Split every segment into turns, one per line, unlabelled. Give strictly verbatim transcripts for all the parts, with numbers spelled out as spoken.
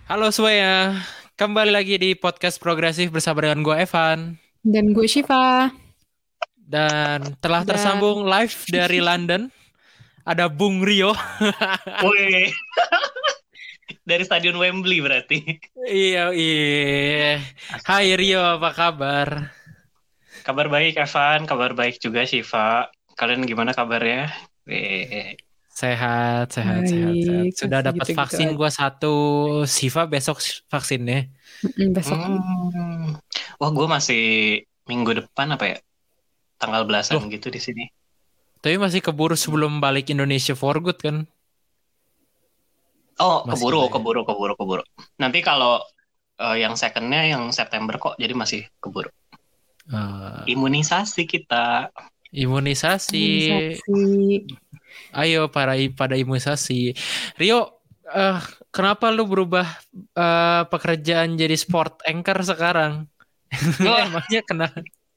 Halo semuanya, kembali lagi di podcast progresif bersama dengan gue Evan.
Dan gue Shiva.
Dan telah
Dan
tersambung live dari London, ada Bung Rio.
Woi, dari Stadion Wembley berarti.
Iya, iya. Hai Rio,
Astaga.
apa kabar?
Kabar baik, Evan. Kabar baik juga, Siva. Kalian gimana kabarnya? Eh,
Sehat, sehat, sehat, sehat.
baik,
Sudah
masih
dapat
gitu-gitu
vaksin
aja.
gue satu, Siva besok vaksinnya.
Mm-mm, besok.
hmm. Wah, gue masih minggu depan apa ya? Tanggal belasan
Loh,
gitu di sini.
tapi masih keburu sebelum balik Indonesia for good kan?
Oh,
Masih
keburu,
lah ya.
keburu, keburu, keburu. Nanti kalau eh, yang secondnya yang September kok, jadi masih keburu.
Eh,
Imunisasi kita.
imunisasi.
Imunisasi.
Ayo para pada imunisasi. Rio, eh, kenapa lu berubah eh, pekerjaan jadi sport anchor sekarang?
Wah,
Emangnya kena?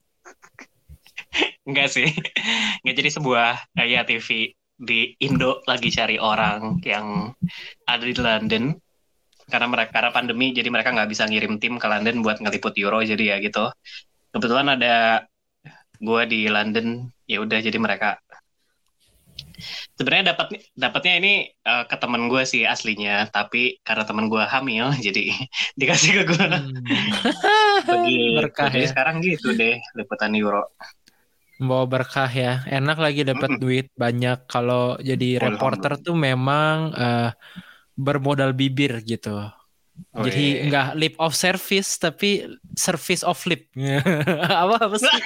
enggak sih. Nggak jadi sebuah kayak T V di Indo lagi cari orang yang ada di London karena mereka karena pandemi jadi mereka nggak bisa ngirim tim ke London buat ngeliput Euro jadi ya gitu. Kebetulan ada gue di London ya udah jadi mereka sebenarnya dapat dapatnya ini uh, ke teman gue sih aslinya tapi karena teman gue hamil jadi dikasih ke gue
Hmm.
begitu.
Berkah
Jadi
ya.
sekarang gitu deh liputan Euro.
Membawa berkah ya. Enak lagi dapat
Mm-mm.
duit banyak kalau jadi reporter
Alhamdulillah.
tuh memang eh, bermodal bibir gitu. Jadi
Weh.
nggak lip of service tapi service of lip. Apa apa sih?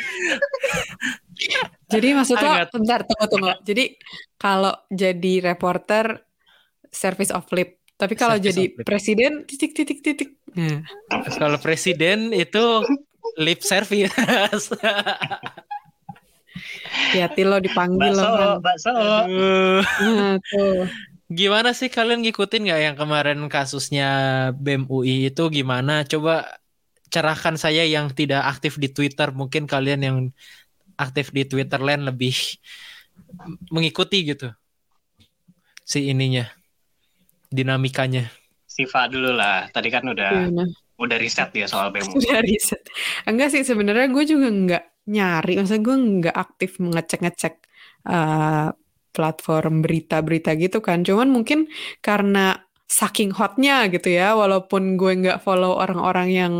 Jadi maksud lo,
Agak
bentar, tunggu, tunggu. Jadi kalau jadi reporter, service of lip. Tapi kalau
service of
jadi
lip.
presiden, titik, titik, titik. Nah,
Kalau presiden itu lip service.
hati-hati lo dipanggil lo,
Bakso,
man.
bakso.
Aduh.
Nah, tuh.
Gimana sih kalian ngikutin nggak yang kemarin kasusnya B E M U I itu gimana? Coba cerahkan saya yang tidak aktif di Twitter. Mungkin kalian yang aktif di Twitter lain lebih mengikuti gitu si ininya, dinamikanya.
Siva dulu lah. Tadi kan udah
Gimana?
udah riset dia soal B E M U I.
Sudah riset. Enggak sih, sebenarnya gue juga nggak nyari. Maksudnya gue nggak aktif mengecek-ngecek uh, platform berita-berita gitu kan. Cuman mungkin karena saking hotnya gitu ya, walaupun gue nggak follow orang-orang yang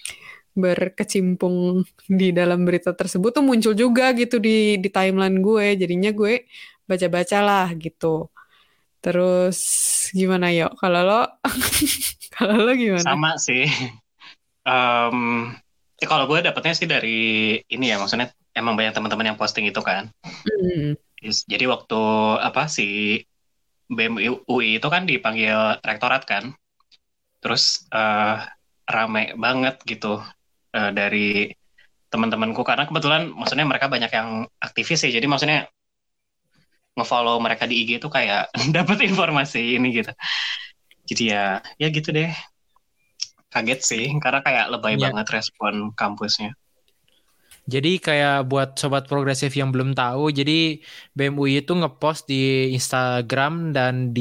berkecimpung di dalam berita tersebut tuh muncul juga gitu di di timeline gue. Jadinya gue baca-baca lah gitu. Terus gimana yo? Kalau lo, kalau lo gimana?
Sama sih. Em, eh, kalau gue dapetnya sih dari ini ya, maksudnya emang banyak teman-teman yang posting itu kan.
Hmm.
Yes, jadi waktu apa si B E M U I itu kan dipanggil rektorat kan, terus eh, rame banget gitu eh, dari teman-temanku karena kebetulan maksudnya mereka banyak yang aktivis sih, jadi maksudnya ngefollow mereka di I G itu kayak dapat informasi ini gitu. Jadi ya ya gitu deh. Kaget sih karena kayak lebay
Ya.
banget respon kampusnya.
Jadi kayak buat sobat progresif yang belum tahu, jadi B E M U I itu ngepost di Instagram dan di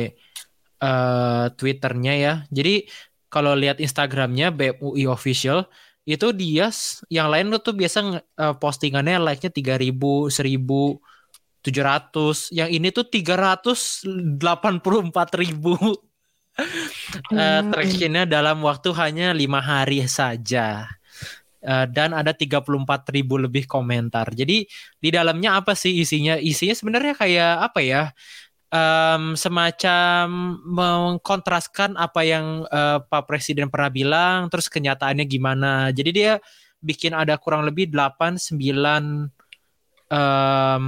eh, Twitternya ya. Jadi kalau lihat Instagramnya B E M U I official itu dia s- yang lain tuh biasa nge- eh, postingannya like-nya tiga ribu, seribu, tujuh ratus. Yang ini tuh tiga ratus delapan puluh empat ribu eh,
Hmm.
tracking-nya dalam waktu hanya lima hari saja. Eh, dan ada tiga puluh empat ribu lebih komentar. Jadi di dalamnya apa sih isinya? Isinya sebenarnya kayak apa ya? Em, semacam mengkontraskan apa yang eh, Pak Presiden pernah bilang, terus kenyataannya gimana. Jadi dia bikin ada kurang lebih delapan sembilan em,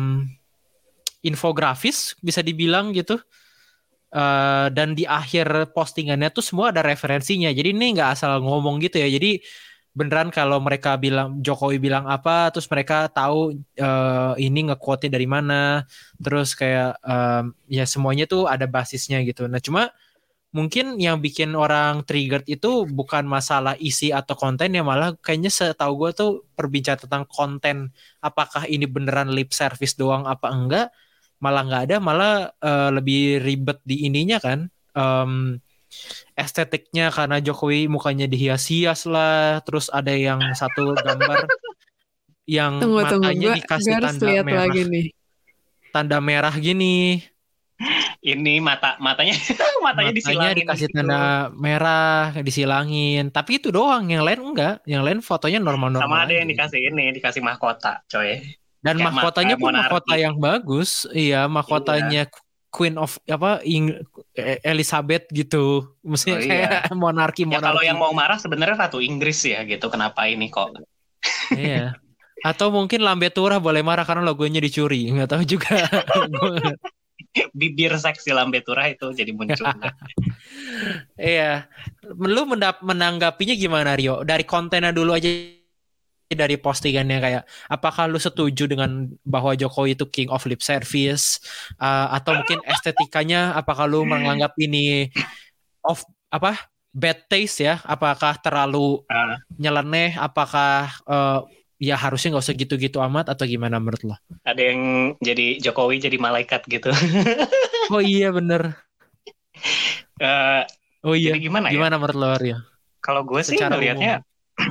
infografis bisa dibilang gitu. Eh, dan di akhir postingannya tuh semua ada referensinya. Jadi ini nggak asal ngomong gitu ya. Jadi beneran kalau mereka bilang Jokowi bilang apa, terus mereka tahu eh, ini nge-quote dari mana, terus kayak em, ya semuanya tuh ada basisnya gitu. Nah cuma mungkin yang bikin orang triggered itu bukan masalah isi atau konten ya malah kayaknya setahu gue tuh perbincangan tentang konten apakah ini beneran lip service doang apa enggak malah nggak ada malah eh, lebih ribet di ininya kan. Em, estetiknya karena Jokowi mukanya dihias-hias lah, terus ada yang satu gambar yang
Tunggu tunggu,
matanya
gue
dikasih
harus
tanda
lihat
merah,
lagi nih.
tanda merah gini,
Ini mata matanya matanya
matanya
disilangin
dikasih
gitu.
tanda merah, disilangin. Tapi itu doang, yang lain enggak, yang lain fotonya normal-normal
Sama ada
aja.
yang dikasih ini, dikasih mahkota, coy.
Dan
Kayak ma-
mahkotanya
kayak
pun mahkota
monarki.
yang bagus, iya
Iya.
mahkotanya Queen of apa Ing- E- Elizabeth gitu,
Oh
maksudnya
iya.
kayak monarki
Ya kalau yang
monarki.
mau marah sebenarnya Ratu Inggris ya gitu. Kenapa ini kok
Iya. Atau mungkin Lambe Turah boleh marah karena logonya dicuri, nggak tahu juga. Gua-
bibir seksi Lambe Turah itu jadi muncul.
Iya. Lu mendap- menanggapinya gimana Rio? Dari kontennya dulu aja, dari postingannya, kayak apakah lu setuju dengan bahwa Jokowi itu king of lip service. Uh, atau mungkin estetikanya apakah lu menganggap ini of apa bad taste ya, apakah terlalu
Ah,
nyeleneh, apakah uh, ya harusnya nggak usah gitu-gitu amat, atau gimana menurut lo?
ada yang jadi Jokowi jadi malaikat gitu.
Oh iya bener.
Eh,
Oh iya,
jadi gimana ya?
gimana menurut lo Rio?
Kalau gue sih
Secara
ngelihatnya
umum.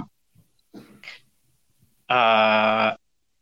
eh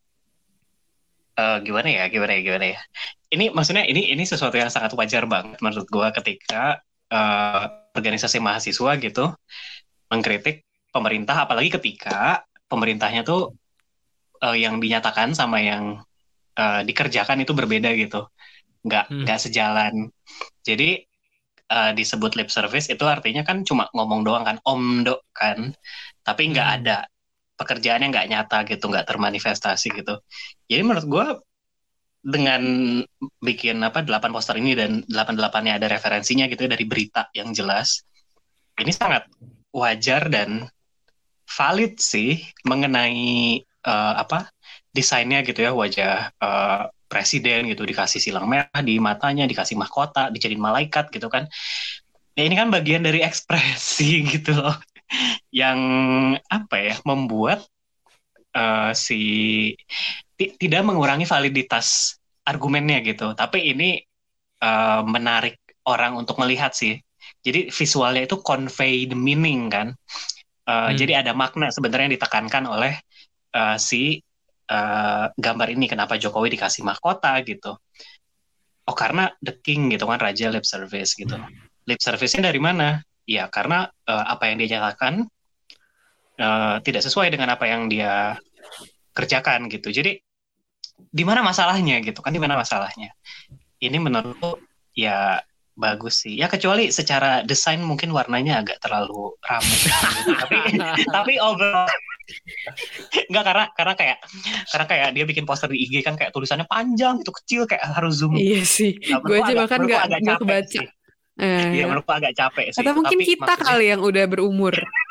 eh, gimana ya, gimana ya, gimana ya. Ini maksudnya ini ini sesuatu yang sangat wajar banget menurut gue ketika eh, organisasi mahasiswa gitu mengkritik pemerintah, apalagi ketika pemerintahnya tuh eh, yang dinyatakan sama yang eh, dikerjakan itu berbeda gitu, nggak
Hmm.
nggak sejalan. Jadi eh, disebut lip service itu artinya kan cuma ngomong doang kan, omdo kan, tapi nggak
Hmm.
ada pekerjaannya, nggak nyata gitu, nggak termanifestasi gitu. Jadi menurut gue dengan bikin apa delapan poster ini dan delapan delapannya ada referensinya gitu ya dari berita yang jelas, ini sangat wajar dan valid sih mengenai eh, apa desainnya gitu ya, wajah eh, presiden gitu dikasih silang merah di matanya, dikasih mahkota, dijadiin malaikat gitu kan. Ya ini kan bagian dari ekspresi gitu loh, yang apa ya membuat eh, si ti- tidak mengurangi validitas argumennya gitu, tapi ini eh, menarik orang untuk melihat sih. Jadi visualnya itu convey the meaning kan. Eh,
Hmm.
jadi ada makna sebenarnya yang ditekankan oleh eh, si eh, gambar ini. Kenapa Jokowi dikasih mahkota gitu? Oh karena the king gitu kan, raja lip service gitu. Lip service-nya dari mana? Ya karena eh, apa yang dia nyatakan eh, tidak sesuai dengan apa yang dia kerjakan gitu. Jadi di mana masalahnya gitu kan? Di mana masalahnya? Ini menurutku ya bagus sih. Ya kecuali secara desain mungkin warnanya agak terlalu ramai gitu. Tapi tapi overall enggak, karena karena kayak karena kayak dia bikin poster di I G kan kayak tulisannya panjang itu kecil kayak harus zoom.
Iya sih,
Nah,
gue
menurutku
aja
agak
bahkan
menurutku
nggak
agak
nggak
capek
kebaca.
sih.
Eh,
Iya, menurutku agak capek sih.
atau mungkin
Tapi
kita
maksudnya
kali yang udah berumur.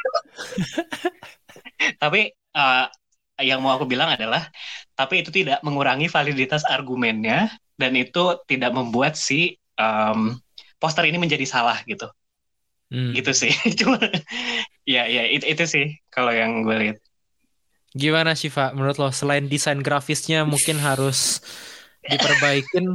tapi eh, yang mau aku bilang adalah tapi itu tidak mengurangi validitas argumennya dan itu tidak membuat si em, poster ini menjadi salah gitu.
Hmm.
Gitu sih. Cuma ya ya itu, itu sih kalau yang gue lihat.
Gimana sih Pak menurut lo, selain desain grafisnya mungkin harus diperbaikin,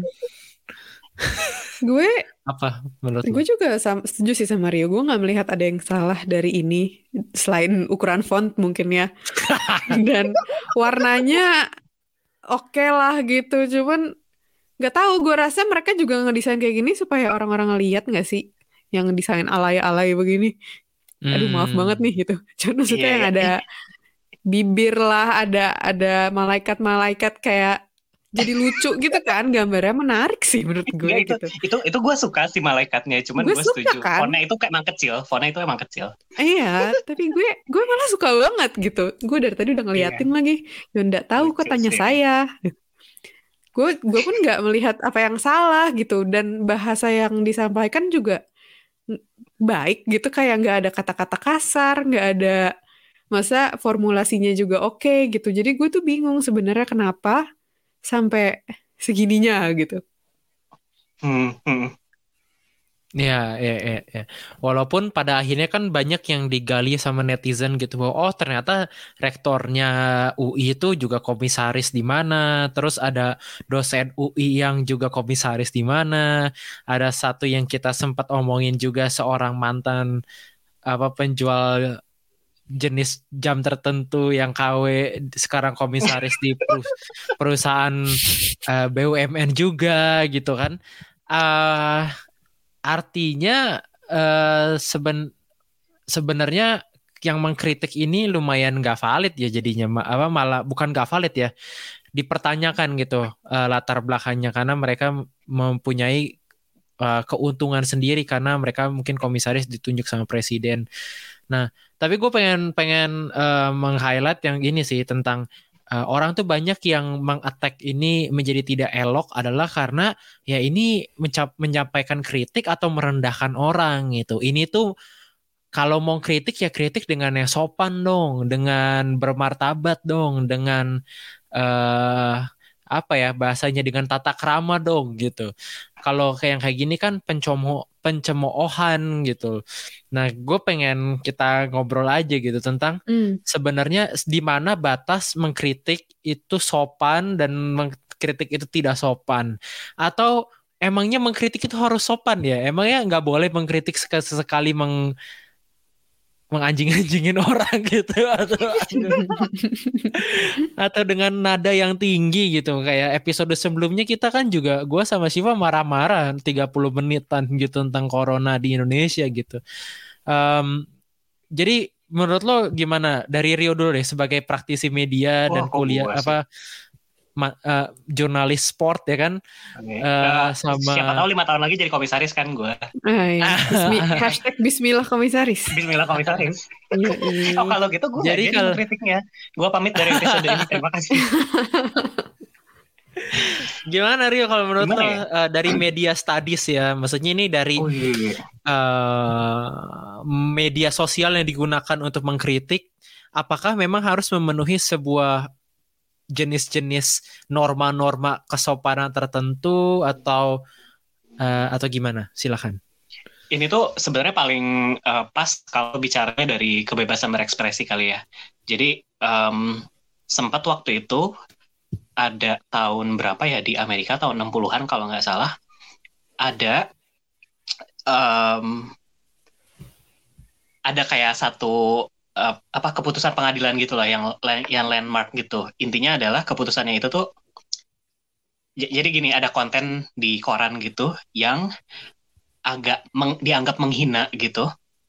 Gue
apa menurut lo?
gue juga sam- setuju sih sama Rio. Gue nggak melihat ada yang salah dari ini selain ukuran font mungkin ya. Dan warnanya oke lah gitu. Cuman nggak tahu. Gue rasa mereka juga ngedesain kayak gini supaya orang-orang ngeliat nggak sih yang desain alay-alay begini. Aduh maaf
Hmm.
banget nih gitu. Cuman maksudnya
Iya
yang
ya.
ada bibir lah, ada ada malaikat-malaikat kayak jadi lucu gitu kan, gambarnya menarik sih menurut gue
Enggak, itu
gitu.
itu itu gue suka sih malaikatnya, cuman
Gue
gue
suka
setuju.
kan,
Fontnya itu kayak emang kecil, fontnya itu emang kecil.
iya, tapi gue gue malah suka banget gitu. Gue dari tadi udah
Iya,
ngeliatin lagi, ya nggak tahu kok
lucu
tanya
sih.
saya. Gue gue pun nggak melihat apa yang salah gitu, dan bahasa yang disampaikan juga n- baik gitu, kayak nggak ada kata-kata kasar, nggak ada, masa formulasinya juga oke gitu. Jadi gue tuh bingung sebenarnya kenapa sampai segininya gitu.
Hmm, hmm.
Ya, ya, ya, ya. Walaupun pada akhirnya kan banyak yang digali sama netizen gitu bahwa oh ternyata rektornya U I itu juga komisaris di mana, terus ada dosen U I yang juga komisaris di mana, ada satu yang kita sempat omongin juga seorang mantan apa penjual jenis jam tertentu yang K W sekarang komisaris di perus- perusahaan eh, B U M N juga gitu kan. Ah artinya eh, seben sebenarnya yang mengkritik ini lumayan gak valid ya jadinya Ma- apa malah bukan gak valid ya dipertanyakan gitu eh, latar belakangnya karena mereka mempunyai eh, keuntungan sendiri karena mereka mungkin komisaris ditunjuk sama presiden. Nah, tapi gue pengen pengen eh, meng-highlight yang ini sih tentang eh, orang tuh banyak yang meng-attack ini menjadi tidak elok adalah karena ya ini mencap- menyampaikan kritik atau merendahkan orang gitu. Ini tuh kalau mau kritik ya kritik dengan yang sopan dong, dengan bermartabat dong, dengan eh apa ya bahasanya dengan tata krama dong gitu. Kalau kayak yang kayak gini kan pencomo pencemoohan gitu. Nah, gue pengen kita ngobrol aja gitu tentang
Hmm.
sebenarnya di mana batas mengkritik itu sopan dan mengkritik itu tidak sopan. Atau emangnya mengkritik itu harus sopan ya? Emangnya nggak boleh mengkritik sekali meng menganjing-anjingin orang gitu atau atau dengan nada yang tinggi gitu kayak episode sebelumnya kita kan juga gue sama Siva marah-marah tiga puluh menitan gitu tentang corona di Indonesia gitu. Em, jadi menurut lo gimana dari Rio dulu deh sebagai praktisi media
Wah,
dan
kok
kuliah
gua sih?
apa ma- eh, jurnalis sport ya kan.
Oke.
Eh,
Eh,
sama
siapa tahu lima tahun lagi jadi komisaris kan gue.
Ah, iya. Bismi- hashtag Bismillah komisaris.
Bismillah komisaris.
Iya,
Oh
iya.
kalau gitu gue nggak
Jadi
jadi
kalau-
mengkritiknya. Gue pamit dari episode ini. Terima kasih.
Gimana Rio kalau menurut
Gimana
lo
ya?
eh, dari media studies ya maksudnya ini dari
Oh iya.
eh, media sosial yang digunakan untuk mengkritik, apakah memang harus memenuhi sebuah jenis-jenis norma-norma kesopanan tertentu atau eh, atau gimana? Silakan.
Ini tuh sebenarnya paling eh, pas kalau bicaranya dari kebebasan berekspresi kali ya. Jadi em, sempat waktu itu ada tahun berapa ya di Amerika tahun enam puluhan kalau nggak salah ada em, ada kayak satu eh, apa keputusan pengadilan gitu lah yang yang landmark gitu. Intinya adalah keputusannya itu tuh j- jadi gini ada konten di koran gitu yang agak meng- dianggap menghina gitu.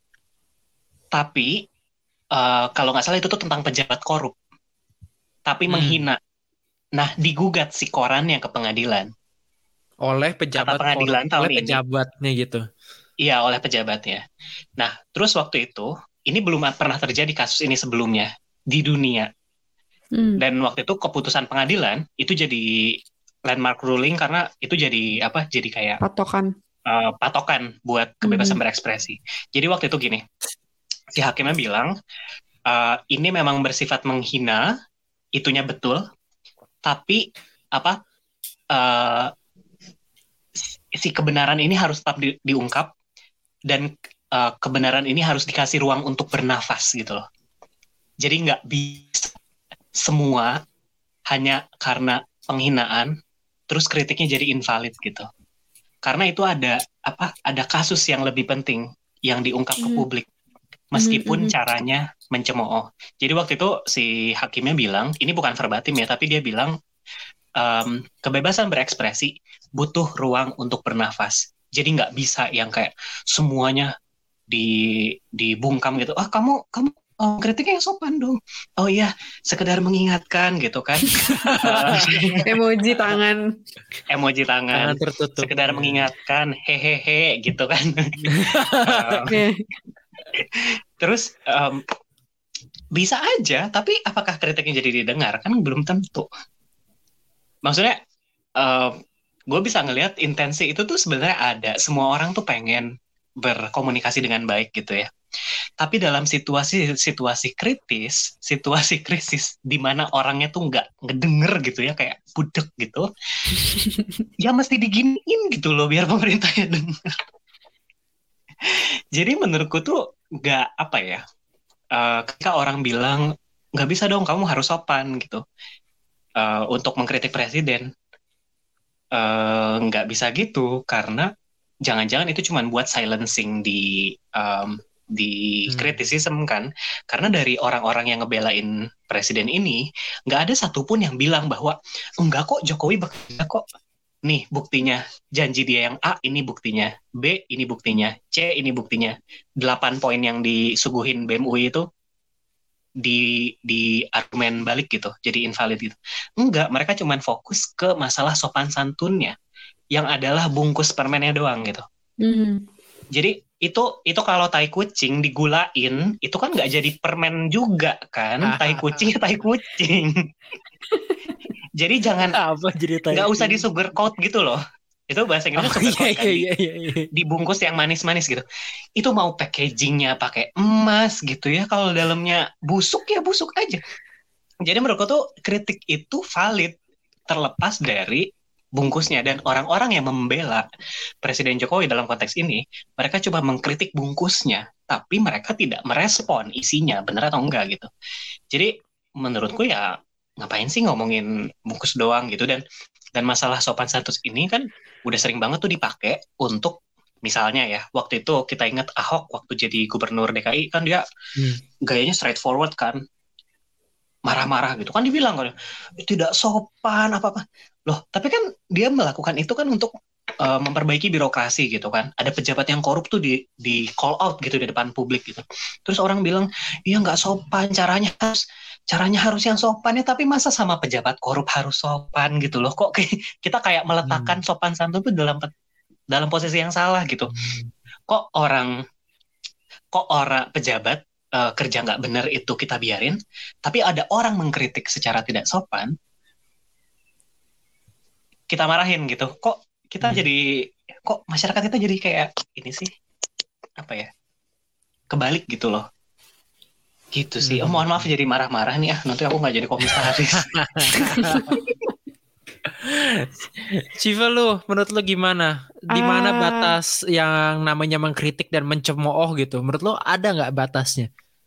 Tapi eh, kalau nggak salah itu tuh tentang pejabat korup. Tapi
Hmm.
menghina. Nah, digugat si korannya ke pengadilan.
Oleh pejabat
Kata pengadilan
korup,
tahun
oleh
ini.
pejabatnya gitu.
Iya, oleh pejabatnya. Nah, terus waktu itu, ini belum pernah terjadi kasus ini sebelumnya di dunia.
Hmm.
Dan waktu itu keputusan pengadilan itu jadi landmark ruling karena itu jadi apa? Jadi kayak
Patokan.
uh, patokan buat kebebasan
Mhm.
berekspresi. Jadi waktu itu gini, si hakimnya bilang uh, ini memang bersifat menghina, itunya betul, tapi apa? Uh, si kebenaran ini harus tetap di- diungkap dan uh, kebenaran ini harus dikasih ruang untuk bernafas gitu loh. Jadi nggak bisa semua hanya karena penghinaan terus kritiknya jadi invalid gitu. Karena itu ada apa? Ada kasus yang lebih penting yang diungkap ke
Mhm.
publik meskipun
Mhm, mhm.
caranya mencemooh. Jadi waktu itu si hakimnya bilang, ini bukan verbatim ya, tapi dia bilang um, kebebasan berekspresi butuh ruang untuk bernafas. Jadi nggak bisa yang kayak semuanya di dibungkam gitu. Ah kamu kamu oh, kritiknya yang sopan dong. Oh iya, sekedar mengingatkan gitu kan. Uh,
Emoji tangan.
emoji tangan.
Tangan tertutup.
Sekedar mengingatkan, hehehe gitu kan. Um,
Iya.
terus um, bisa aja, tapi apakah kritiknya jadi didengar kan belum tentu. Maksudnya, uh, gue bisa ngelihat intensi itu tuh sebenarnya ada. Semua orang tuh pengen berkomunikasi dengan baik gitu ya. Tapi dalam situasi-situasi kritis, situasi krisis di mana orangnya tuh nggak ngedenger gitu ya, kayak budek gitu, ya mesti diginiin gitu loh biar pemerintahnya denger. Jadi menurutku tuh nggak apa ya, uh, ketika orang bilang nggak bisa dong kamu harus sopan gitu uh, untuk mengkritik presiden, uh, nggak bisa gitu karena jangan-jangan itu cuma buat silencing di um, di
Hmm.
criticism kan, karena dari orang-orang yang ngebelain presiden ini nggak ada satupun yang bilang bahwa enggak kok Jokowi bekerja kok. Nih buktinya, janji dia yang A, ini buktinya. B, ini buktinya. C, ini buktinya. Delapan poin yang disuguhin B E M U I itu di di argumen balik gitu, jadi invalid gitu. Enggak, mereka cuma fokus ke masalah sopan santunnya, yang adalah bungkus permennya doang gitu.
Hmm.
Jadi itu itu kalau tai kucing digulain, itu kan nggak jadi permen juga kan? Tai kucing ya tai kucing. Jadi jangan
Apa jadi tai
nggak usah
kucing?
di sugarcoat gitu loh. Itu bahasa
Oh
Inggrisnya
iya
sugarcoat kan,
iya
di,
iya iya. iya.
dibungkus yang manis-manis gitu. Itu mau packagingnya pakai emas gitu ya, kalau dalamnya busuk ya busuk aja. Jadi menurutku tuh kritik itu valid terlepas dari bungkusnya, dan orang-orang yang membela Presiden Jokowi dalam konteks ini, mereka coba mengkritik bungkusnya, tapi mereka tidak merespon isinya benar atau enggak gitu. Jadi menurutku ya ngapain sih ngomongin bungkus doang gitu. Dan dan masalah sopan santun ini kan udah sering banget tuh dipakai untuk, misalnya ya, waktu itu kita ingat Ahok waktu jadi gubernur D K I kan dia
Hmm.
gayanya straightforward kan, marah-marah gitu kan, dibilang kan tidak sopan apa-apa loh, tapi kan dia melakukan itu kan untuk uh, memperbaiki birokrasi gitu kan. Ada pejabat yang korup tuh di di call out gitu di depan publik gitu, terus orang bilang iya nggak sopan, caranya harus caranya harus yang sopan ya, tapi masa sama pejabat korup harus sopan gitu loh. Kok kita kayak meletakkan
Hmm.
sopan santun tuh dalam dalam posisi yang salah gitu.
Hmm.
Kok orang kok orang pejabat uh, kerja nggak benar itu kita biarin, tapi ada orang mengkritik secara tidak sopan kita marahin gitu. Kok kita
Hmm.
jadi kok masyarakat kita jadi kayak ini sih, apa ya, kebalik gitu loh gitu sih. Oh,
Hmm.
mohon maaf jadi marah-marah nih, ah nanti aku nggak jadi komisaris.
Civa, lu menurut lu gimana? Di mana
Ah.
batas yang namanya mengkritik dan mencemooh gitu? Menurut lu ada nggak batasnya?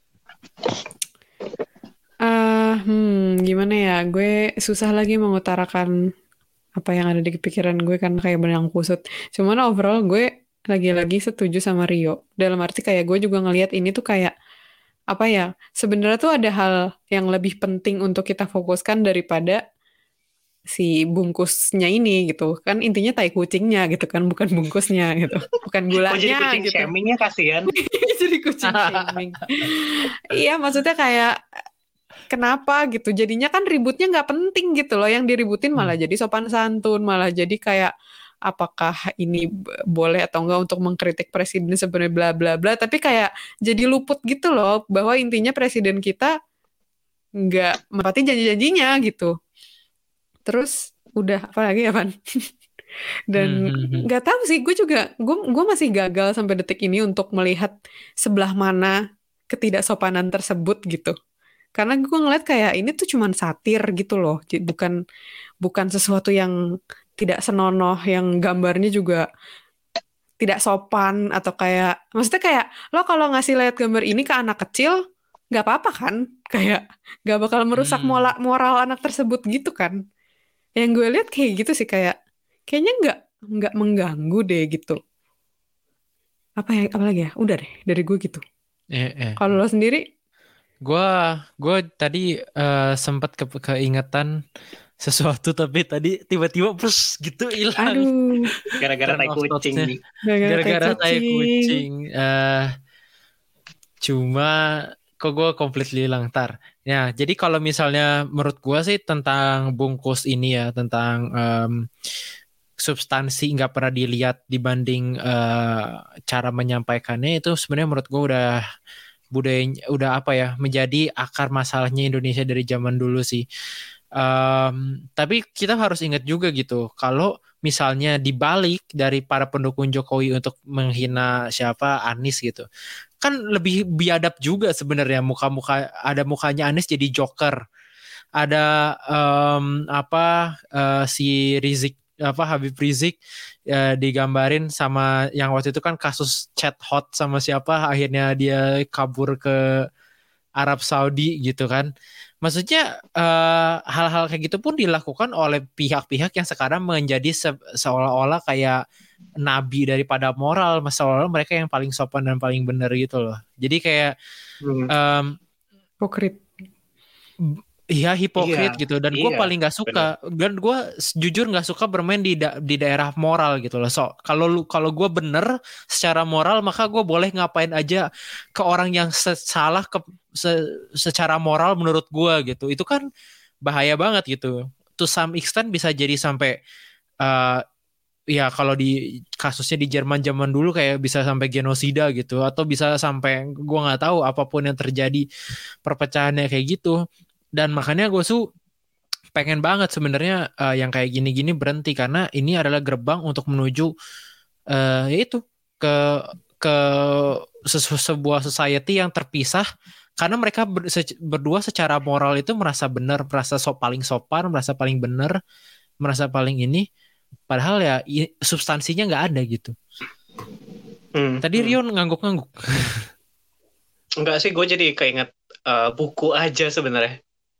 Ah, hmm, gimana ya? Gue susah lagi mengutarakan apa yang ada di pikiran gue karena kayak benang kusut. Cuman overall gue lagi-lagi setuju sama Rio. Dalam arti kayak gue juga ngelihat ini tuh kayak apa ya? Sebenarnya tuh ada hal yang lebih penting untuk kita fokuskan daripada si bungkusnya ini gitu. Kan intinya tai kucingnya gitu kan, bukan bungkusnya gitu. Bukan
Kok jadi
gulanya
kucing
gitu.
shamingnya, kasihan.
Jadi kucing shaming. Iya, maksudnya kayak kenapa gitu, jadinya kan ributnya nggak penting gitu loh, yang diributin malah
Hmm.
jadi sopan santun, malah jadi kayak apakah ini b- boleh atau enggak untuk mengkritik presiden sebenarnya bla bla bla, tapi kayak jadi luput gitu loh bahwa intinya presiden kita nggak menepati janji-janjinya gitu. Terus udah apa lagi ya Van? Dan
Hmm, hmm, hmm.
nggak tahu sih, gue juga gue gue masih gagal sampai detik ini untuk melihat sebelah mana ketidaksopanan tersebut gitu. Karena gue ngeliat kayak ini tuh cuman satir gitu loh, J- bukan bukan sesuatu yang tidak senonoh, yang gambarnya juga tidak sopan atau kayak, maksudnya kayak lo kalau ngasih lihat gambar ini ke anak kecil nggak apa-apa kan, kayak nggak bakal merusak
Hmm.
mola- moral anak tersebut gitu kan. Yang gue lihat kayak gitu sih, kayak kayaknya nggak nggak mengganggu deh gitu. Apa ya, apa lagi ya? Udah deh dari gue gitu.
Eh, eh.
Kalau lo sendiri,
Gua, gua tadi eh, sempat ke keingetan sesuatu tapi tadi tiba-tiba plus gitu hilang.
aduh,
Gara-gara
Turn
tai
off
kucing
thoughts-nya.
nih.
gara-gara tai
Gara-gara tai
kucing.
kucing. Eh, cuma kok gue completely hilang tar. Ya, jadi kalau misalnya menurut gue sih tentang bungkus ini ya, tentang em, substansi nggak pernah dilihat dibanding eh, cara menyampaikannya, itu sebenarnya menurut gue udah budaya, udah apa ya, menjadi akar masalahnya Indonesia dari zaman dulu sih. Um, tapi kita harus ingat juga gitu, kalau misalnya dibalik dari para pendukung Jokowi untuk menghina siapa, Anies gitu, kan lebih biadab juga sebenarnya, muka-muka ada mukanya Anies jadi Joker, ada um, apa uh, si Rizik apa Habib Rizik ya, digambarin sama yang waktu itu kan kasus chat hot sama siapa, akhirnya dia kabur ke Arab Saudi gitu kan. Maksudnya eh, hal-hal kayak gitu pun dilakukan oleh pihak-pihak yang sekarang menjadi se- seolah-olah kayak nabi daripada moral, seolah-olah mereka yang paling sopan dan paling benar gitu loh. Jadi kayak
Hmm.
em,
Hipokrit.
Iya hipokrit
Iya,
gitu, dan gue
iya,
paling nggak suka, dan gue jujur nggak suka bermain di da- di daerah moral gitu loh. So kalau lu kalau gue bener secara moral, maka gue boleh ngapain aja ke orang yang se- salah ke se- secara moral menurut gue gitu. Itu kan bahaya banget gitu. To some extent bisa jadi sampai eh, ya kalau di kasusnya di Jerman zaman dulu kayak bisa sampai genosida gitu, atau bisa sampai gue nggak tahu apapun yang terjadi perpecahannya kayak gitu. Dan makanya gue su pengen banget sebenarnya eh, yang kayak gini-gini berhenti, karena ini adalah gerbang untuk menuju eh yaitu ke ke sesu- sebuah society yang terpisah, karena mereka ber- se- berdua secara moral itu merasa benar, merasa so paling sopan, merasa paling benar, merasa paling ini, padahal ya i- substansinya nggak ada gitu.
Hmm,
Tadi
hmm.
Rion ngangguk-ngangguk.
Enggak sih, gue jadi keinget eh, buku aja sebenarnya.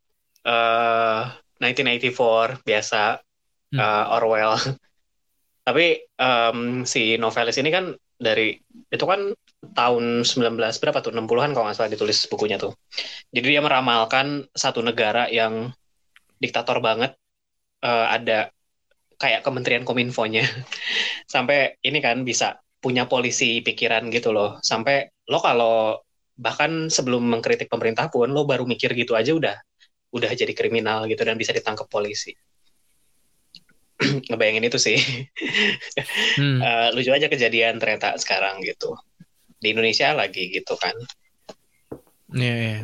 Eh nineteen eighty-four biasa,
Hmm.
eh, Orwell. Tapi em, si novelis ini kan dari itu kan tahun sembilan belas berapa tuh, enam puluhan kalau nggak salah ditulis bukunya tuh. Jadi dia meramalkan satu negara yang diktator banget, eh, ada kayak Kementerian Kominfo-nya. Sampai ini kan bisa punya polisi pikiran gitu loh. Sampai lo kalau bahkan sebelum mengkritik pemerintah pun lo baru mikir gitu aja udah udah jadi kriminal gitu dan bisa ditangkap polisi. Ngebayangin itu sih.
Hmm.
Eh, lucu aja kejadian ternyata sekarang gitu. Di Indonesia lagi gitu kan.
Iya, iya.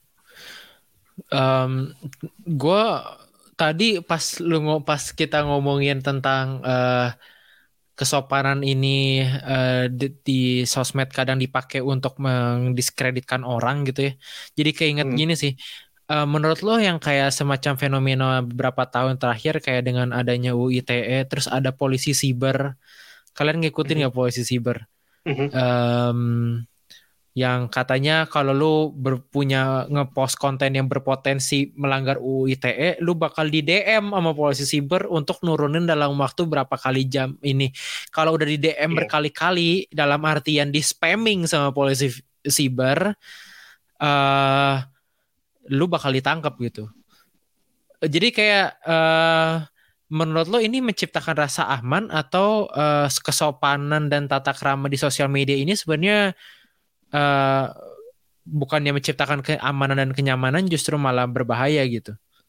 Em, gue tadi pas lu ngo- pas kita ngomongin tentang eh, kesopanan ini eh, di, di sosmed kadang dipakai untuk mendiskreditkan orang gitu ya. Jadi keinget
Hmm.
gini sih. Eh, menurut lo yang kayak semacam fenomena beberapa tahun terakhir kayak dengan adanya U I T E, terus ada polisi siber. Kalian ngikutin
Mhm.
nggak polisi siber?
Mhm.
Em, yang katanya kalau lu berpunya ngepost konten yang berpotensi melanggar U U I T E, lu bakal di D M sama polisi siber untuk nurunin dalam waktu berapa kali jam ini. Kalau udah di D M
Iya.
berkali-kali, dalam artian di spamming sama polisi siber, eh lu bakal ditangkap gitu. Jadi kayak eh menurut lo ini menciptakan rasa aman atau eh, kesopanan dan tata krama di sosial media ini sebenarnya eh, bukannya menciptakan keamanan dan kenyamanan, justru malah berbahaya gitu.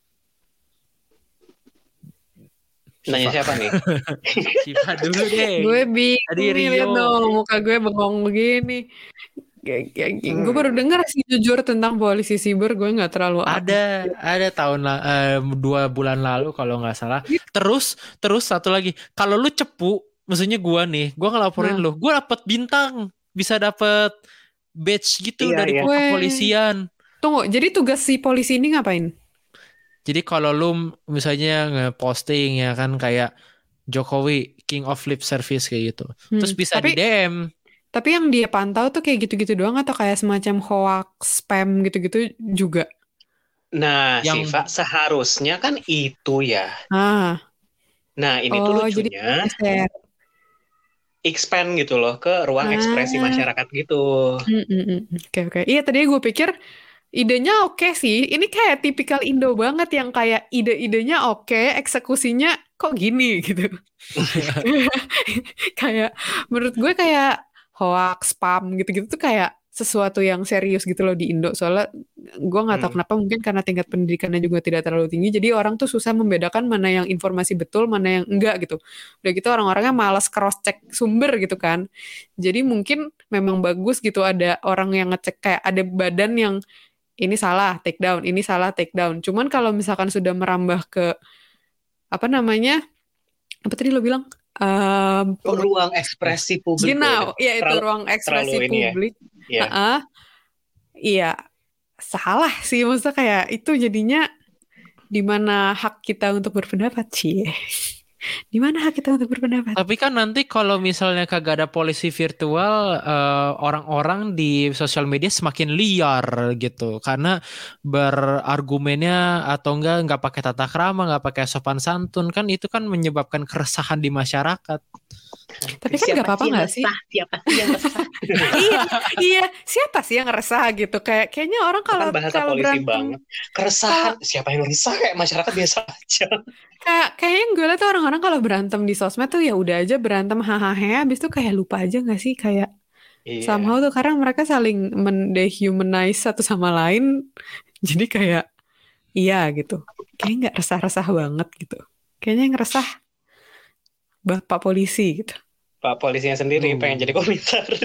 Nanya
Shiva.
siapa nih?
Shiva dulu deh.
Gue
Tadi
bingung nih, lihat
Rio.
dong muka gue bengong begini. Gue
Hmm.
baru denger sih jujur tentang polisi siber, gue nggak terlalu up.
Ada, ada tahun la- eh, dua bulan lalu kalau nggak salah. Terus, terus satu lagi, kalau lu cepu, maksudnya gua nih, gua ngelaporin
Nah.
lu, gua dapet bintang, bisa dapet badge gitu
Iya,
dari
iya.
Weh.
kepolisian.
Tunggu, jadi tugas si polisi ini ngapain?
Jadi kalau lu misalnya nge-posting ya kan kayak Jokowi King of Lip Service kayak gitu,
Hmm,
terus bisa
tapi-
di D M.
Tapi yang dia pantau tuh kayak gitu-gitu doang atau kayak semacam hoax, spam gitu-gitu juga?
Nah,
Yang-
Siva, seharusnya kan itu ya.
Ah,
Nah, ini tuh
oh jadi
lucunya
share.
expand gitu loh ke ruang
Ah.
ekspresi masyarakat gitu.
Hmm, hmm, hmm. Oke, oke. Iya, tadi gue pikir idenya oke sih. Ini kayak tipikal Indo banget yang kayak ide-idenya oke, eksekusinya kok gini gitu. Kayak menurut gue kayak hoax, spam gitu-gitu tuh kayak sesuatu yang serius gitu loh di Indo. Soalnya gue nggak tahu
Hmm.
kenapa, mungkin karena tingkat pendidikannya juga tidak terlalu tinggi. Jadi orang tuh susah membedakan mana yang informasi betul, mana yang enggak gitu. Udah gitu orang-orangnya malas cross check sumber gitu kan. Jadi mungkin memang bagus gitu ada orang yang ngecek, kayak ada badan yang ini salah take down, ini salah take down. Cuman kalau misalkan sudah merambah ke apa namanya? Apa tadi lo bilang? Um,
Ruang ekspresi publik.
Genau, ya itu
Terlalu-
ruang ekspresi
terlalu ini ya.
publik.
Iya.
Heeh. Iya, salah sih, maksudnya kayak itu jadinya di mana hak kita untuk berpendapat sih. Di mana hak kita untuk berpendapat?
Tapi kan nanti kalau misalnya kagak ada polisi virtual, eh, orang-orang di sosial media semakin liar gitu, karena berargumennya atau enggak nggak pakai tata krama, nggak pakai sopan santun, kan itu kan menyebabkan keresahan di masyarakat.
Tapi kan nggak
Siapa
apa-apa
sih yang
nggak sih?
resah? Siapa sih yang resah?
Iya, iya. Siapa sih yang resah gitu? Kayak kayaknya orang
Itu kan
kalau
bahasa
kalau
polisi
berantem,
banget.
kalau
Keresahan, siapa yang resah? Kayak masyarakat biasa aja.
kayak kayaknya gue liat tuh orang-orang kalau berantem di sosmed tuh ya udah aja berantem hahaha, habis itu kayak lupa aja nggak sih kayak somehow
Iya.
tuh karena mereka saling mendehumanize satu sama lain, jadi kayak iya gitu. Kayaknya nggak resah-resah banget gitu. Kayaknya yang resah bapak polisi gitu.
Pak polisinya sendiri
Uh.
pengen jadi komisaris.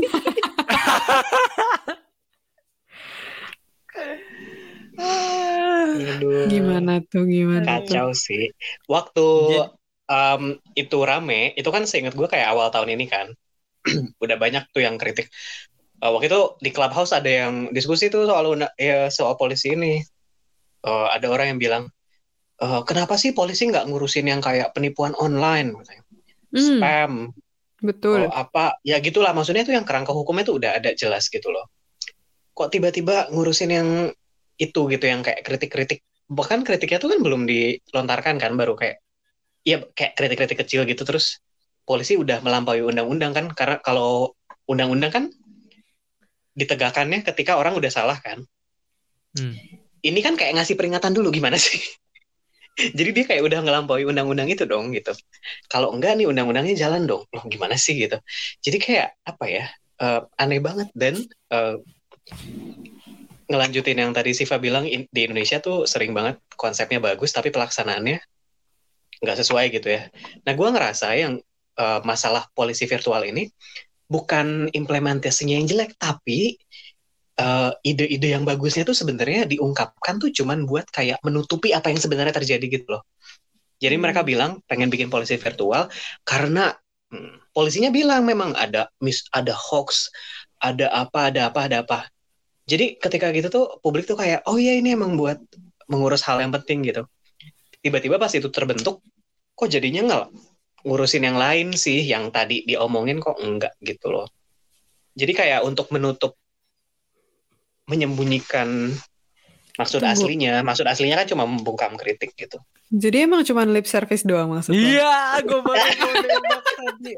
Aduh,
Gimana tuh, gimana tuh?
kacau sih. Waktu
Jadi,
um, itu rame, itu kan seingat gue kayak awal tahun ini kan. Udah banyak tuh yang kritik. Uh, waktu itu di Clubhouse ada yang diskusi tuh soal unda- ya, soal polisi ini. Uh, ada orang yang bilang, "Eh, kenapa sih polisi nggak ngurusin yang kayak penipuan online, katanya.
Hmm,
Spam, oh
betul.
apa, ya gitulah. Maksudnya tuh yang kerangka hukumnya tuh udah ada jelas gitu loh. Kok tiba-tiba ngurusin yang itu gitu, yang kayak kritik-kritik. Bahkan kritiknya tuh kan belum dilontarkan kan, baru kayak, ya kayak kritik-kritik kecil gitu. Terus polisi udah melampaui undang-undang kan, karena kalau undang-undang kan ditegakkannya ketika orang udah salah kan.
hmm.
Ini kan kayak ngasih peringatan dulu, gimana sih? Jadi dia kayak udah ngelampaui undang-undang itu dong gitu. Kalau enggak nih undang-undangnya jalan dong. Loh gimana sih gitu. Jadi kayak apa ya? eh, aneh banget. Dan eh, ngelanjutin yang tadi Siva bilang, in- di Indonesia tuh sering banget konsepnya bagus tapi pelaksanaannya nggak sesuai gitu ya. Nah gue ngerasa yang eh, masalah polisi virtual ini bukan implementasinya yang jelek, tapi eh, ide-ide yang bagusnya tuh sebenarnya diungkapkan tuh cuman buat kayak menutupi apa yang sebenarnya terjadi gitu loh. Jadi mereka
Hmm.
bilang pengen bikin polisi virtual karena hmm, polisinya bilang memang ada mis, ada hoax, ada apa, ada apa, ada apa. Jadi ketika gitu tuh publik tuh kayak, oh iya ini emang buat mengurus hal yang penting gitu. Tiba-tiba pas itu terbentuk, kok jadinya nggak ngurusin yang lain sih, yang tadi diomongin kok enggak gitu loh. Jadi kayak untuk menutup, menyembunyikan maksud
Tunggu.
aslinya, maksud aslinya kan cuma membungkam kritik gitu.
Jadi emang cuma lip service doang maksud lo?
Iya, gue baru mau nembak tadi.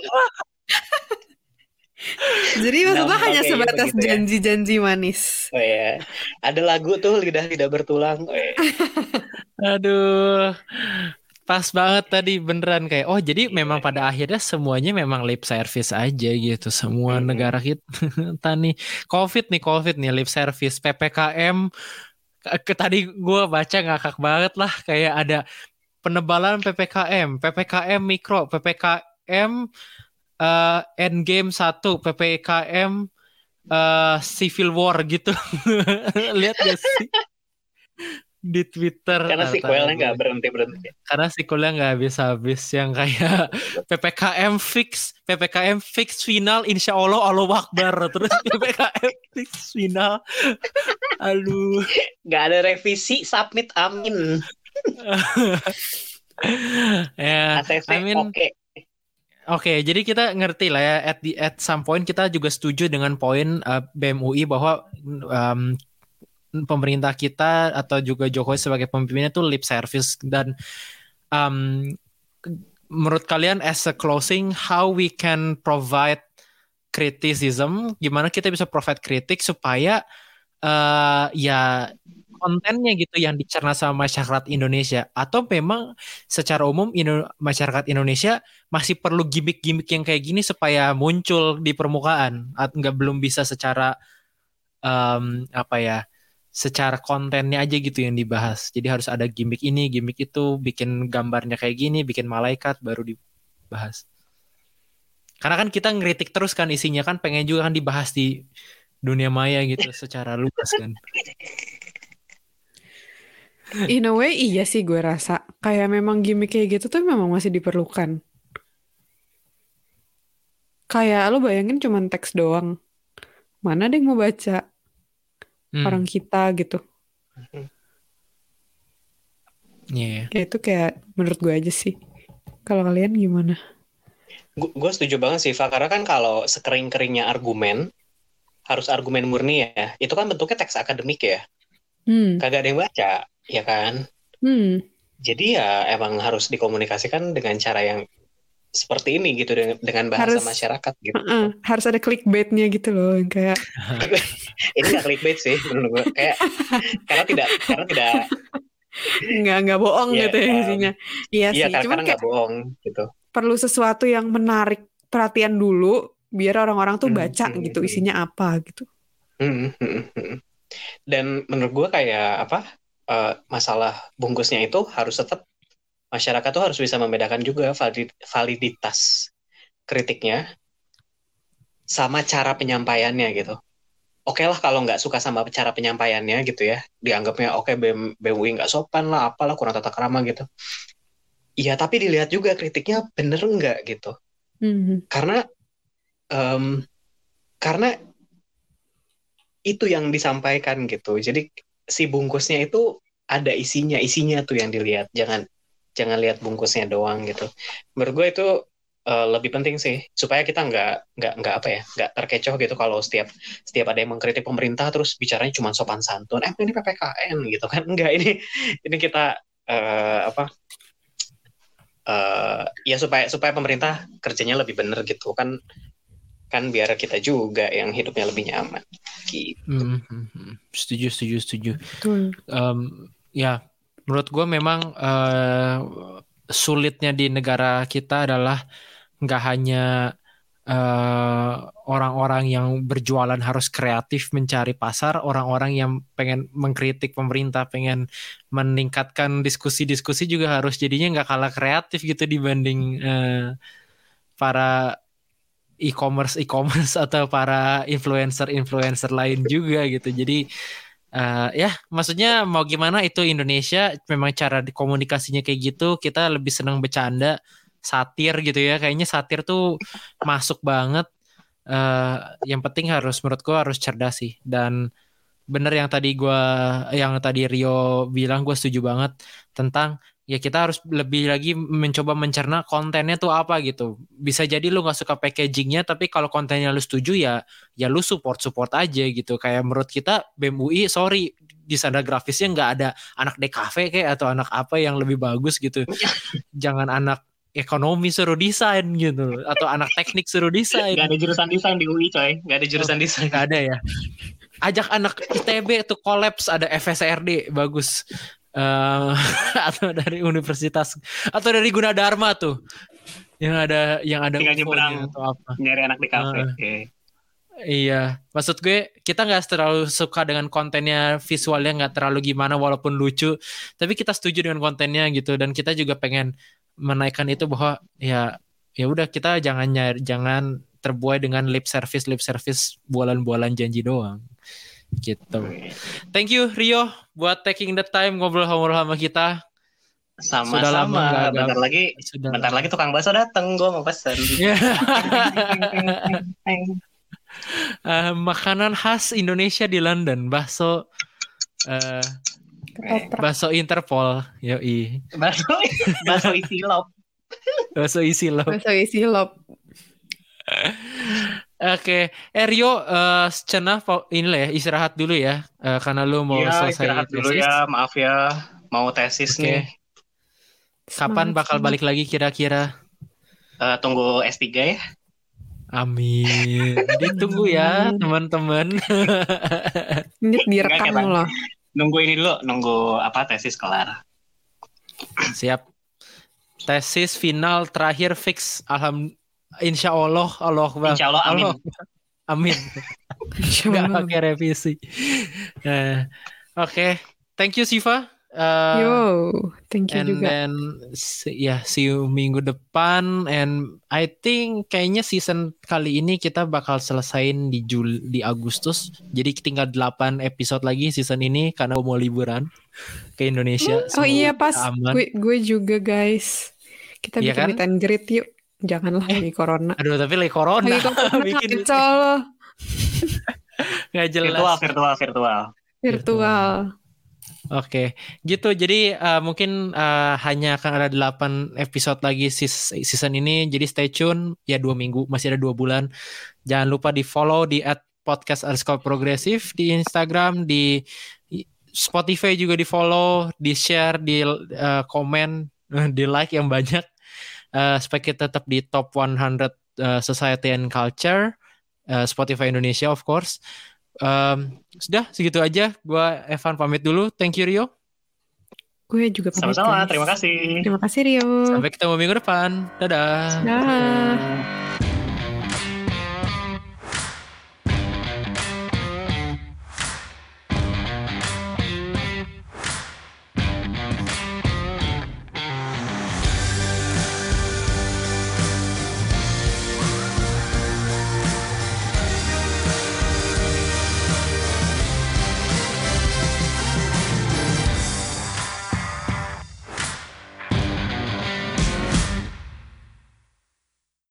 Jadi maksud lo hanya
Nampaknya
sebatas
begitu ya.
janji-janji manis.
Oh ya, ada lagu tuh lidah tidak bertulang. Oh, ya.
Aduh, pas banget tadi beneran kayak, oh jadi
Gila,
memang pada
gila.
akhirnya semuanya memang lip service aja gitu. Semua
Mm-mm.
negara kita nih, COVID nih, COVID nih lip service, P P K M. Ke, ke- tadi gue baca ngakak banget lah, kayak ada penebalan P P K M, P P K M mikro, P P K M eh, endgame satu, P P K M eh, civil war gitu. Lihat gak sih di Twitter?
Karena
Tar, tar,
sequelnya
gue
nggak
baca.
berhenti-berhenti.
Karena sequelnya nggak habis-habis, yang kayak P P K M fix, P P K M fix final, insya Allah Allah Akbar, terus P P K M fix final, aduh.
Nggak ada revisi, submit, amin.
Ya,
A C C
I mean,
oke.
oke, jadi kita ngerti lah ya, at the at some point kita juga setuju dengan poin uh, B M U I bahwa um, pemerintah kita atau juga Jokowi sebagai pemimpinnya tuh lip service. Dan um, menurut kalian as a closing, how we can provide criticism, gimana kita bisa provide kritik supaya uh, ya kontennya gitu yang dicerna sama masyarakat Indonesia, atau memang secara umum Indo- masyarakat Indonesia masih perlu gimmick-gimmick yang kayak gini supaya muncul di permukaan, atau nggak, belum bisa secara um, apa ya, secara kontennya aja gitu yang dibahas. Jadi harus ada gimmick ini, gimmick itu, bikin gambarnya kayak gini, bikin malaikat baru dibahas. Karena kan kita ngeritik terus kan, isinya kan pengen juga kan dibahas di dunia maya gitu secara luas kan.
In a way iya sih gue rasa. Kayak memang gimmick kayak gitu tuh memang masih diperlukan. Kayak lo bayangin cuman teks doang. Mana ada yang mau baca?
Hmm.
Orang kita gitu.
Iya.
Ya itu kayak menurut gue aja sih. Kalau kalian gimana?
Gue setuju banget sih, Fa. Karena kan kalau sekering-keringnya argumen, harus argumen murni ya. Itu kan bentuknya teks akademik ya.
Hmm.
Kagak ada yang baca, ya kan?
Hmm.
Jadi ya emang harus dikomunikasikan dengan cara yang seperti ini gitu, dengan, dengan bahasa
Harus-
masyarakat gitu.
Uh-uh, harus ada clickbaitnya gitu loh, yang kayak
Ini nggak clickbait sih menurut gue. Kayak karena tidak karena tidak
nggak nggak bohong
Iya,
gitu ya
um,
isinya. Iya
iya
sih,
karena
cuman
karena
kayak
nggak bohong gitu.
perlu sesuatu yang menarik perhatian dulu biar orang-orang tuh
Hmm,
baca
hmm,
gitu
hmm.
isinya apa gitu.
Hmm, hmm, hmm, hmm. Dan menurut gue kayak apa uh, masalah bungkusnya itu harus tetap masyarakat tuh harus bisa membedakan juga valid- validitas kritiknya sama cara penyampaiannya gitu. Oke lah kalau nggak suka sama cara penyampaiannya gitu ya, dianggapnya oke B M, B M U I nggak sopan lah, apalah kurang tata krama gitu. Iya tapi dilihat juga kritiknya bener nggak gitu.
Hmm.
Karena em, karena itu yang disampaikan gitu. Jadi si bungkusnya itu ada isinya, isinya tuh yang dilihat. Jangan jangan lihat bungkusnya doang gitu. Menurut gue itu uh, lebih penting sih supaya kita nggak nggak nggak apa ya nggak terkecoh gitu kalau setiap setiap ada yang mengkritik pemerintah terus bicaranya cuma sopan santun. Eh ini P P K M gitu kan? Enggak, ini ini kita uh, apa? Uh, ya supaya supaya pemerintah kerjanya lebih bener gitu kan kan biar kita juga yang hidupnya lebih nyaman gitu.
Hmm, hmm, hmm. Setuju, setuju, setuju.
Betul.
Um, ya, menurut gue memang uh, sulitnya di negara kita adalah nggak hanya uh, orang-orang yang berjualan harus kreatif mencari pasar, orang-orang yang pengen mengkritik pemerintah, pengen meningkatkan diskusi-diskusi juga harus jadinya nggak kalah kreatif gitu dibanding uh, para e-commerce e-commerce atau para influencer-influencer lain juga gitu. Jadi uh, ya maksudnya mau gimana itu Indonesia memang cara komunikasinya kayak gitu. Kita lebih senang bercanda, satir gitu ya. Kayaknya satir tuh masuk banget. Uh, yang penting harus menurut gue harus cerdas sih. Dan bener yang tadi gue yang tadi Rio bilang gue setuju banget tentang ya kita harus lebih lagi mencoba mencerna kontennya tuh apa gitu. Bisa jadi lu nggak suka packagingnya tapi kalau kontennya lu setuju ya ya lu support support aja gitu. Kayak menurut kita B M U I sorry desainer grafisnya nggak ada anak D K V kayak atau anak apa yang lebih bagus gitu. Jangan anak ekonomi suruh desain gitu atau anak teknik suruh desain.
Gak ada jurusan desain di U I coy, gak ada jurusan oh, desain.
Gak ada ya. Ajak anak I T B tuh kolaps ada F S R D bagus. Uh, atau dari universitas atau dari Gunadarma tuh yang ada yang ada
tinggal nyebrang
atau apa
nyari anak di kafe. Uh, okay.
Iya, maksud gue kita nggak terlalu suka dengan kontennya visualnya nggak terlalu gimana walaupun lucu, tapi kita setuju dengan kontennya gitu dan kita juga pengen menaikkan itu bahwa ya ya udah kita jangan nyari, jangan terbuai dengan lip service lip service bualan-bualan janji doang. Gitu. Thank you Rio buat taking the time ngobrol-ngobrol sama kita.
Sama-sama. Sudah lama gak, bentar gak, lagi sudah bentar lama. lagi tukang bakso dateng, gue mau pesen. uh, makanan khas Indonesia di London, bakso uh, bakso Interpol, yoi. Bakso bakso isi lop. Bakso isi lop.
Bakso isi lop.
Oke, okay. eh Rio, uh, cenah ini lah ya istirahat dulu ya, uh, karena lu mau
ya,
selesai
istirahat
tesis.
dulu ya, maaf ya, mau tesis okay. nih.
Kapan semangat, bakal semangat. Balik lagi kira-kira?
Uh, tunggu S tiga ya.
Amin. Ditunggu ya teman-teman.
Ini direkam loh.
Nunggu ini dulu, nunggu apa tesis kelar.
Siap. Tesis final terakhir fix, alhamdulillah. Insya Allah, Allah bang.
Insya Allah, amin.
Allah. Amin. Gak pakai revisi. Uh, Oke, okay. Thank you Siva. Uh,
Yo, thank you
and
juga.
And then, ya yeah, see you minggu depan. And I think kayaknya season kali ini kita bakal selesain di Jul di Agustus. Jadi tinggal delapan episode lagi season ini karena mau liburan ke Indonesia.
Oh iya pas, gue, gue juga guys. Kita bikin
iya kan?
meet and greet yuk. Janganlah eh, lagi corona.
Aduh tapi lagi corona.
Lagi corona bikin
nggak jelas.
Virtual, virtual, virtual.
Virtual.
Oke, gitu. Jadi uh, mungkin uh, hanya akan ada delapan episode lagi sis- season ini. Jadi stay tune. Ya dua minggu, masih ada dua bulan. Jangan lupa di follow di at podcast underscore progresif di Instagram, di Spotify juga di follow, di share, di uh, komen, di like yang banyak. Uh, supaya kita tetap di top seratus uh, Society and Culture. Uh, Spotify Indonesia of course. Um, sudah segitu aja. Gua Evan pamit dulu. Thank you Rio.
Gue juga pamit
Sama-sama,
guys.
terima kasih.
Terima kasih Rio.
Sampai ketemu minggu depan. Dadah.
Dah.